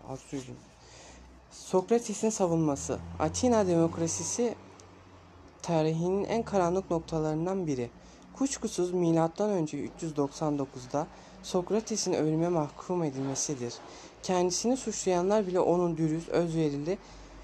Sokrates'in savunması. Atina demokrasisi tarihinin en karanlık noktalarından biri. Kuşkusuz M.Ö. 399'da Sokrates'in ölüme mahkum edilmesidir. Kendisini suçlayanlar bile onun dürüst, özverili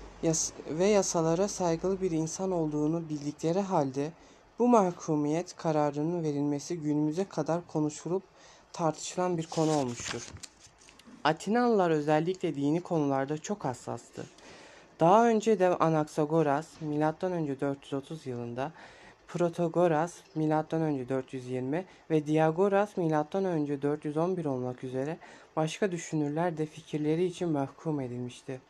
ve yasalara saygılı bir insan olduğunu bildikleri halde bu mahkumiyet kararının verilmesi günümüze kadar konuşulup tartışılan bir konu olmuştur. Atinalılar özellikle dini konularda çok hassastı. Daha önce de Anaksagoras M.Ö. 430 yılında, Protagoras M.Ö. 420 ve Diagoras M.Ö. 411 olmak üzere başka düşünürler de fikirleri için mahkum edilmişti.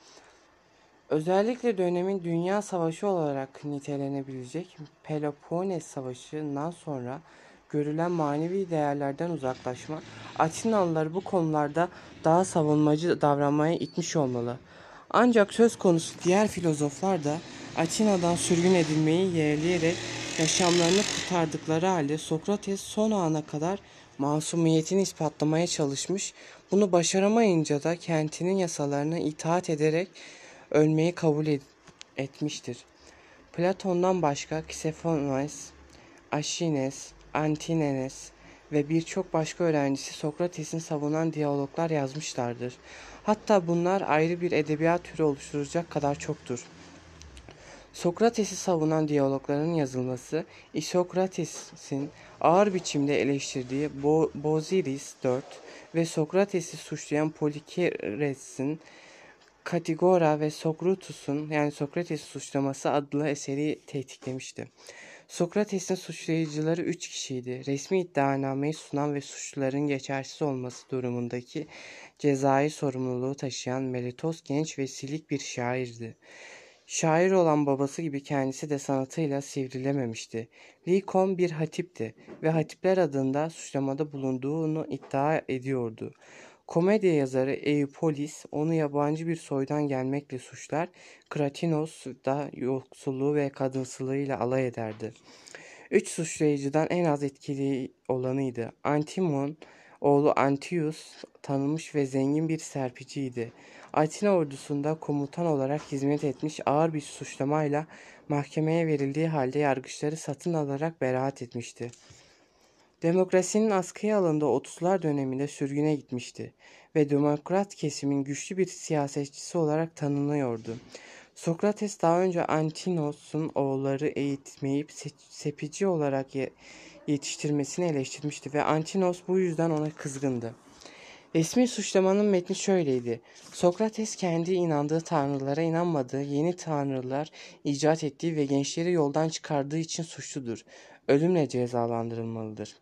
Özellikle dönemin Dünya Savaşı olarak nitelenebilecek Peloponnes Savaşı'ndan sonra görülen manevi değerlerden uzaklaşma, Atinalıları bu konularda daha savunmacı davranmaya itmiş olmalı. Ancak söz konusu diğer filozoflar da Atina'dan sürgün edilmeyi yeğleyerek yaşamlarını kurtardıkları halde Sokrates son ana kadar masumiyetini ispatlamaya çalışmış, bunu başaramayınca da kentinin yasalarına itaat ederek ölmeyi kabul etmiştir. Platon'dan başka Ksenofones, Aşines, Antinenes ve birçok başka öğrencisi Sokrates'in savunan diyaloglar yazmışlardır. Hatta bunlar ayrı bir edebiyat türü oluşturacak kadar çoktur. Sokrates'i savunan diyalogların yazılması, İsokrates'in ağır biçimde eleştirdiği Boziris 4 ve Sokrates'i suçlayan Polikires'in Katigora ve Sokrates'i suçlaması adlı eseri tetiklemişti. Sokrates'in suçlayıcıları 3 kişiydi. Resmi iddianameyi sunan ve suçluların geçersiz olması durumundaki cezai sorumluluğu taşıyan Meletos genç ve silik bir şairdi. Şair olan babası gibi kendisi de sanatıyla sivrilememişti. Likon bir hatipti ve hatipler adında suçlamada bulunduğunu iddia ediyordu. Komedya yazarı Eupolis onu yabancı bir soydan gelmekle suçlar, Kratinos da yoksulluğu ve kadınsılığıyla alay ederdi. 3 suçlayıcıdan en az etkili olanıydı. Antimon, oğlu Antius, tanınmış ve zengin bir serpiciydi. Atina ordusunda komutan olarak hizmet etmiş, ağır bir suçlamayla mahkemeye verildiği halde yargıçları satın alarak beraat etmişti. Demokrasinin askıya alındığı 30'lar döneminde sürgüne gitmişti ve demokrat kesimin güçlü bir siyasetçisi olarak tanınıyordu. Sokrates daha önce Antinos'un oğulları eğitmeyip sepici olarak yetiştirmesini eleştirmişti ve Antinos bu yüzden ona kızgındı. Resmi suçlamanın metni şöyleydi. Sokrates kendi inandığı tanrılara inanmadığı, yeni tanrılar icat ettiği ve gençleri yoldan çıkardığı için suçludur. Ölümle cezalandırılmalıdır.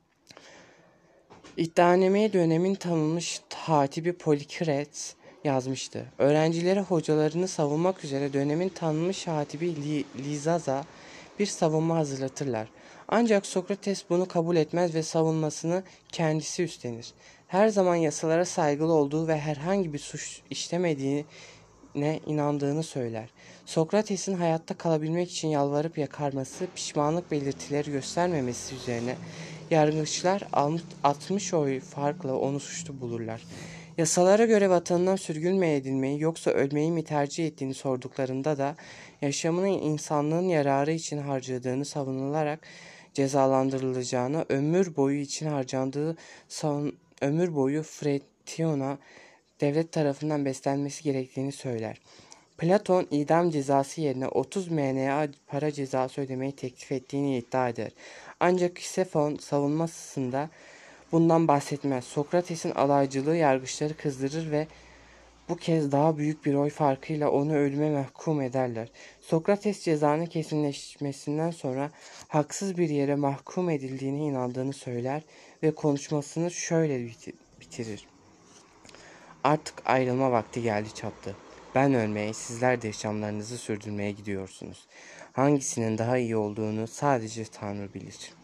İddianameye dönemin tanınmış hatibi Polikrat yazmıştı. Öğrencileri hocalarını savunmak üzere dönemin tanınmış hatibi Lizaza bir savunma hazırlatırlar. Ancak Sokrates bunu kabul etmez ve savunmasını kendisi üstlenir. Her zaman yasalara saygılı olduğu ve herhangi bir suç işlemediğine inandığını söyler. Sokrates'in hayatta kalabilmek için yalvarıp yakarması, pişmanlık belirtileri göstermemesi üzerine yargıçlar 60 oy farkla onu suçlu bulurlar. Yasalara göre vatanından sürgün mü edilmeyi yoksa ölmeyi mi tercih ettiğini sorduklarında da yaşamını insanlığın yararı için harcadığını savunularak cezalandırılacağına, ömür boyu için harcandığı ömür boyu Fretion'a devlet tarafından beslenmesi gerektiğini söyler. Platon idam cezası yerine 30 MNA para cezası ödemeyi teklif ettiğini iddia eder. Ancak Ksefon savunmasında bundan bahsetmez. Sokrates'in alaycılığı yargıçları kızdırır ve bu kez daha büyük bir oy farkıyla onu ölüme mahkum ederler. Sokrates cezanın kesinleşmesinden sonra haksız bir yere mahkum edildiğine inandığını söyler ve konuşmasını şöyle bitirir. Artık ayrılma vakti geldi çattı. Ben ölmeye, sizler de yaşamlarınızı sürdürmeye gidiyorsunuz. Hangisinin daha iyi olduğunu sadece Tanrı bilir.